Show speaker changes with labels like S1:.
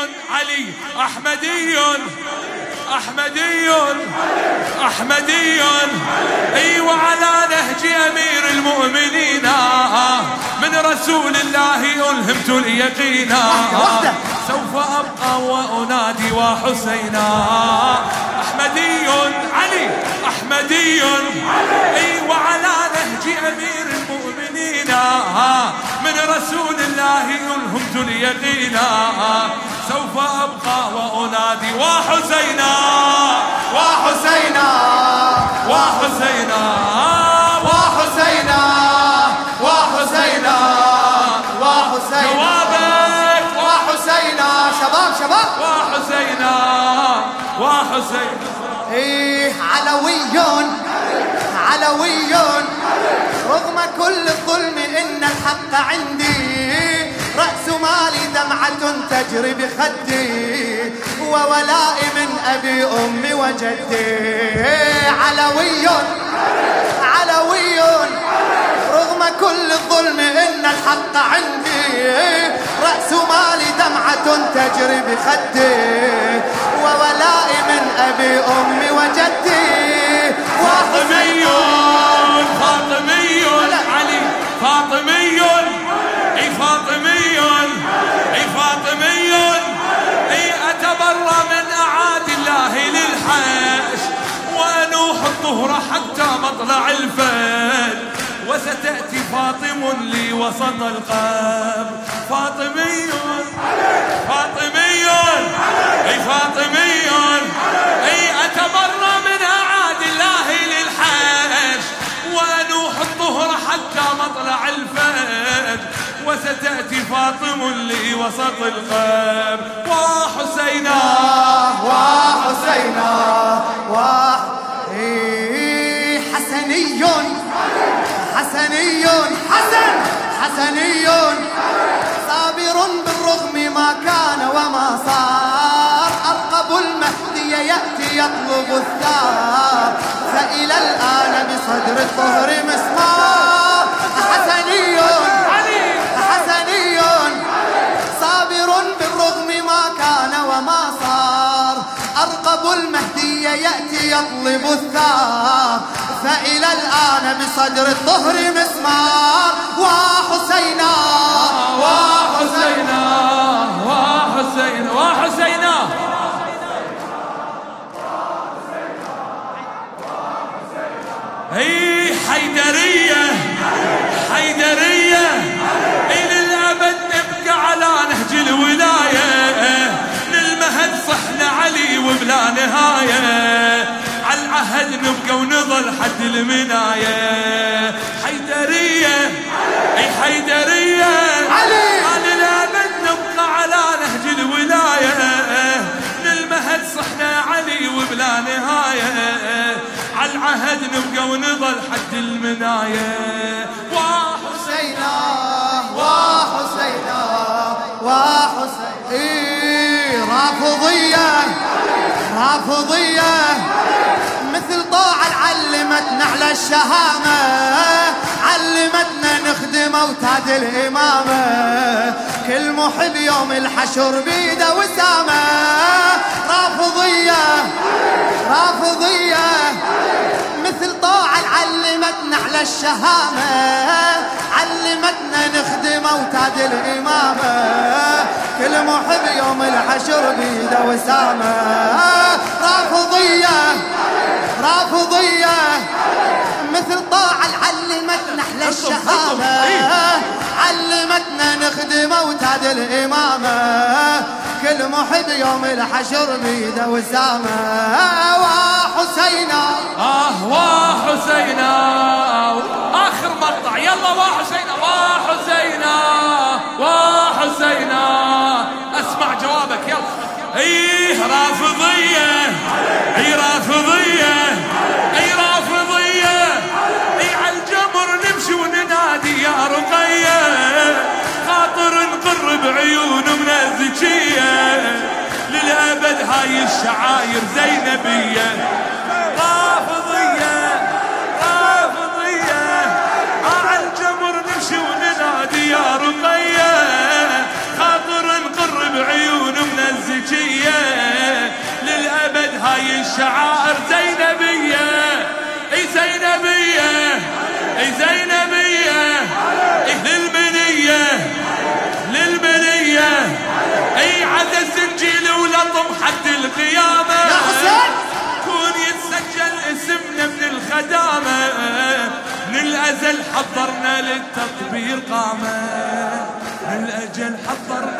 S1: علي أحمدي أحمدي أحمدي اي وعلى نهج امير المؤمنين من رسول الله ألهمت اليقين سوف ابقى وانادي وحسينا احمدي علي احمدي اي وعلى نهج امير المؤمنين من رسول الله ألهمت اليقين سوف ابقى وانادي وحسينا
S2: وحسينا
S1: وحسينا
S2: وحسينا وحسينا وحسينا
S1: جوابك
S2: وحسينا شباب
S1: وحسينا وحسينا
S2: ايه علوي رغم كل الظلم ان الحق عندي رأس مالي دمعة تجري بخدي وولائي من أبي أمي وجدي علوي رغم كل الظلم إن الحق عندي رأس مالي دمعة تجري بخدي وولائي من أبي أمي وجدي
S1: فاطمي علي فاطمي اي فاطمي اي فاطمي اي اتبرى من اعادي الله للحش وانوح الظهر حتى مطلع الفجر وستأتي فاطم لي وسط القبر فاطمي اي فاطمي اي اتبرى من اعادي الله للحش وانوح الظهر حتى مطلع الفجر وستأتي فاطم لي وسط القبر وحسينا
S2: حسني صابر بالرغم ما كان وما صار أرقب المهدي يأتي يطلب الثار فإلى الآن بصدر الطهر مسمار حسني صابر بالرغم ما كان وما صار أرقب المهدي يأتي يطلب الثار فإلى الآن بصدر الطهر مسمار وحسينا
S1: هي حيدرية إلى الأبد نبقى على نهج الولاية للمهد صحنا علي وبلا نهاية على العهد نبقى ونظل حد المناية حيدرية على الأبد نبقى على نهج الولاية للمهد صحنا علي وبلا نهاية على العهد نبقى ونظل حد المناية وحسينا
S2: رافضية مثل طاعة علمتنا على الشهامة علمتنا نخدم أوتاد الإمامة كل محب يوم الحشر بيده وسامة رافضية مثل طاعة علمتنا على الشهامة علمتنا نخدم أوتاد الإمامة كل محب يوم الحشر بيده وسامة رافضية مثل طاعة علمتنا على الشهامة علمتنا نخدم أوتاد الإمامة كل محب يوم الحشر بيده وسامة وحسينا
S1: آخر مقطع يلا وحسينا اسمع جوابك يلا رافضية عالجمر نمشي وننادي يا رقية خاطر نقر بعيون من الزكية للأبد هاي الشعاير زينبية رافضية عالجمر نمشي وننادي يا رقية خاطر نقر بعيون من الزكية الشعائر زينبية، اي زينبية، اي زينبية، اي للمنية، للمنية، اي عدا السجيل ولطم حد القيامة
S2: يا حسين
S1: كون يتسجل اسمنا من الخدامة، من الأزل حضرنا للتطبير قامة، من الأجل حضرنا